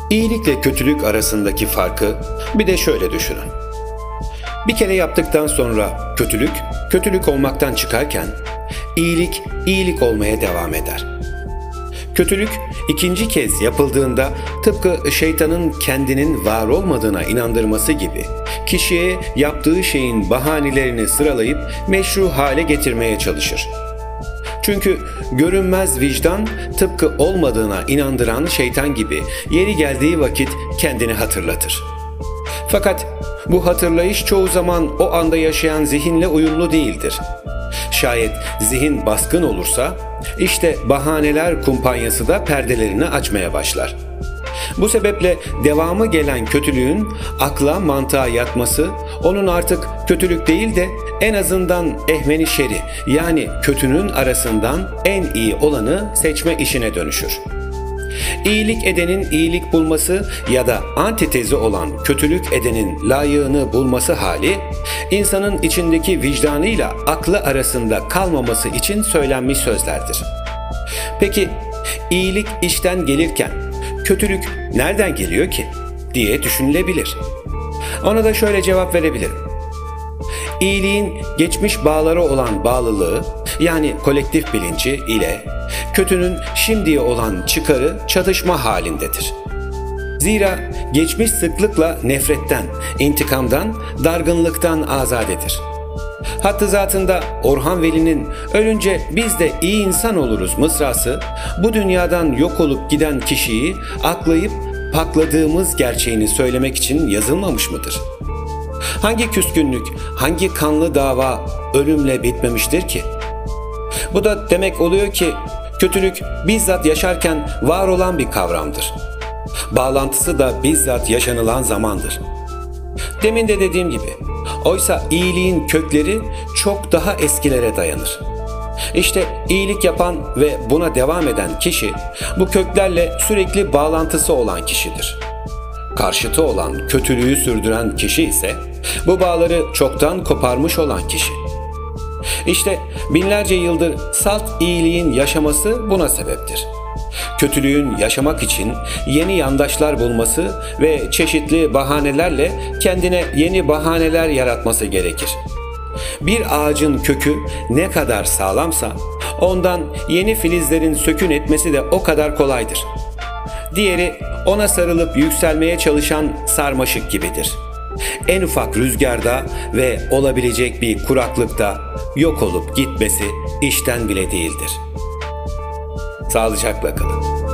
İyilikle kötülük arasındaki farkı bir de şöyle düşünün. Bir kere yaptıktan sonra kötülük, kötülük olmaktan çıkarken iyilik, iyilik olmaya devam eder. Kötülük ikinci kez yapıldığında tıpkı şeytanın kendinin var olmadığına inandırması gibi kişiye yaptığı şeyin bahanelerini sıralayıp meşru hale getirmeye çalışır. Çünkü görünmez vicdan tıpkı olmadığına inandıran şeytan gibi yeri geldiği vakit kendini hatırlatır. Fakat bu hatırlayış çoğu zaman o anda yaşayan zihinle uyumlu değildir. Şayet zihin baskın olursa işte bahaneler kumpanyası da perdelerini açmaya başlar. Bu sebeple devamı gelen kötülüğün akla mantığa yatması onun artık kötülük değil de en azından ehveni şeri yani kötünün arasından en iyi olanı seçme işine dönüşür. İyilik edenin iyilik bulması ya da antitezi olan kötülük edenin layığını bulması hali, insanın içindeki vicdanıyla aklı arasında kalmaması için söylenmiş sözlerdir. Peki iyilik işten gelirken kötülük nereden geliyor ki diye düşünülebilir. Ona da şöyle cevap verebilirim. İyiliğin geçmiş bağları olan bağlılığı yani kolektif bilinci ile kötünün şimdiye olan çıkarı çatışma halindedir. Zira geçmiş sıklıkla nefretten, intikamdan, dargınlıktan azadedir. Hattı zatında Orhan Veli'nin "Ölünce biz de iyi insan oluruz" mısrası bu dünyadan yok olup giden kişiyi aklayıp pakladığımız gerçeğini söylemek için yazılmamış mıdır? Hangi küskünlük, hangi kanlı dava ölümle bitmemiştir ki? Bu da demek oluyor ki kötülük bizzat yaşarken var olan bir kavramdır. Bağlantısı da bizzat yaşanılan zamandır. Demin de dediğim gibi, oysa iyiliğin kökleri çok daha eskilere dayanır. İşte iyilik yapan ve buna devam eden kişi, bu köklerle sürekli bağlantısı olan kişidir. Karşıtı olan kötülüğü sürdüren kişi ise, bu bağları çoktan koparmış olan kişi. İşte binlerce yıldır salt iyiliğin yaşaması buna sebeptir. Kötülüğün yaşamak için yeni yandaşlar bulması ve çeşitli bahanelerle kendine yeni bahaneler yaratması gerekir. Bir ağacın kökü ne kadar sağlamsa ondan yeni filizlerin sökün etmesi de o kadar kolaydır. Diğeri ona sarılıp yükselmeye çalışan sarmaşık gibidir. En ufak rüzgarda ve olabilecek bir kuraklıkta yok olup gitmesi işten bile değildir. Sağlıcakla kalın.